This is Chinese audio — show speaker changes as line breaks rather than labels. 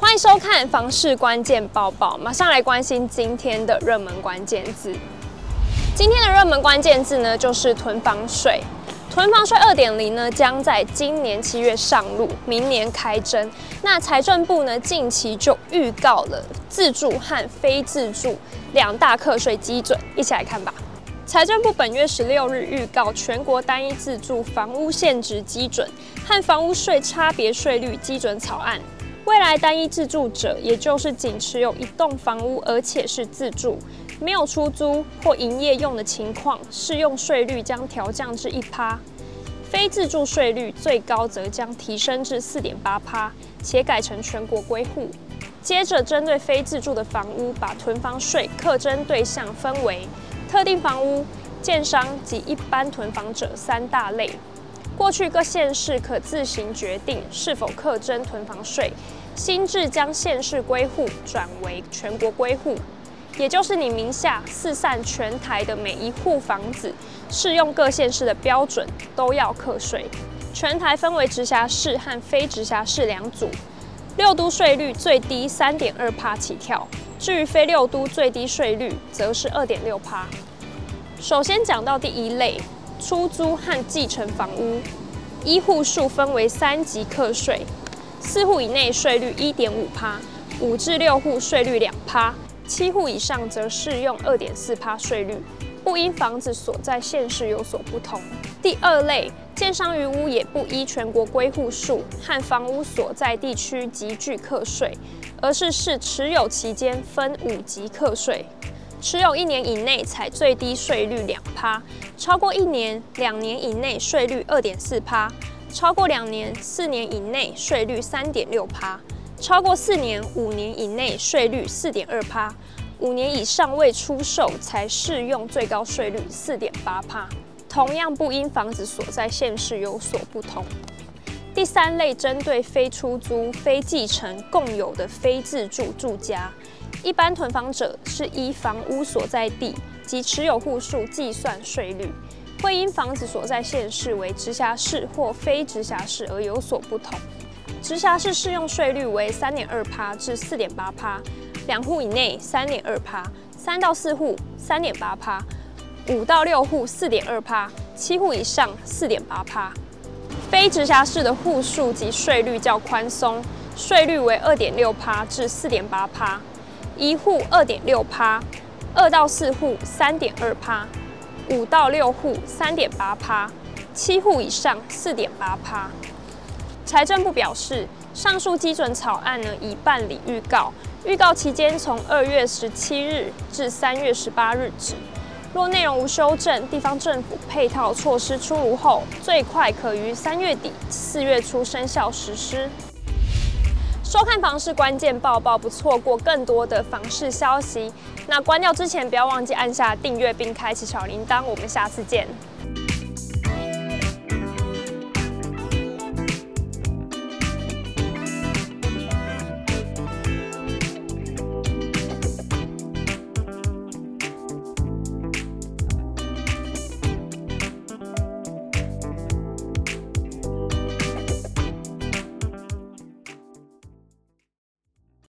欢迎收看房市关键报报，马上来关心今天的热门关键字。今天的热门关键字呢，就是囤房税。囤房税2.0呢，将在今年7月上路，明年开征。那财政部呢，近期就预告了自住和非自住2大课税基准，一起来看吧。财政部本月16日预告全国单一自住房屋现值基准和房屋税差别税率基准草案。未来单一自住者，也就是仅持有一栋房屋，而且是自住，没有出租或营业用的情况，适用税率将调降至1%，非自住税率最高则将提升至4.8%，且改成全国归户。接着，针对非自住的房屋，把囤房税课征对象分为特定房屋、建商及一般囤房者3大类。过去各县市可自行决定是否课征囤房税，新制将县市归户转为全国归户，也就是你名下4散全台的每一户房子，适用各县市的标准都要课税。全台分为直辖市和非直辖市2组，6都税率最低3.2%起跳，至于非6都最低税率则是2.6%。首先讲到第一类。出租和继承房屋，依户数分为3级课税，4户以内税率1.5%，5至6户税率2%，7户以上则适用2.4%税率，不因房子所在县市有所不同。第二类，建商余屋也不依全国归户数和房屋所在地区集聚课税，而是视持有期间分5级课税。持有1年以内采最低税率2%，超过1年、2年以内税率2.4%，超过2年、4年以内税率3.6%，超过4年、5年以内税率4.2%，5年以上未出售才适用最高税率4.8%。同样不因房子所在县市有所不同。第3类针对非出租、非继承共有的非自住住家。一般囤房者是依房屋所在地及持有户数计算税率，会因房子所在县市为直辖市或非直辖市而有所不同。直辖市适用税率为3.2%至4.8%，2户以内3.2%，3到4户3.8%，5到6户4.2%，7户以上4.8%。非直辖市的户数及税率较宽松，税率为2.6%至4.8%。1户2.6%，2到4户3.2%，5到6户3.8%，7户以上4.8%。财政部表示，上述基准草案已办理预告，预告期间从2月17日至3月18日止。若内容无修正，地方政府配套措施出炉后，最快可于3月底、4月初生效实施。收看房市关键报报，不错过更多的房市消息。那关掉之前，不要忘记按下订阅并开启小铃铛。我们下次见。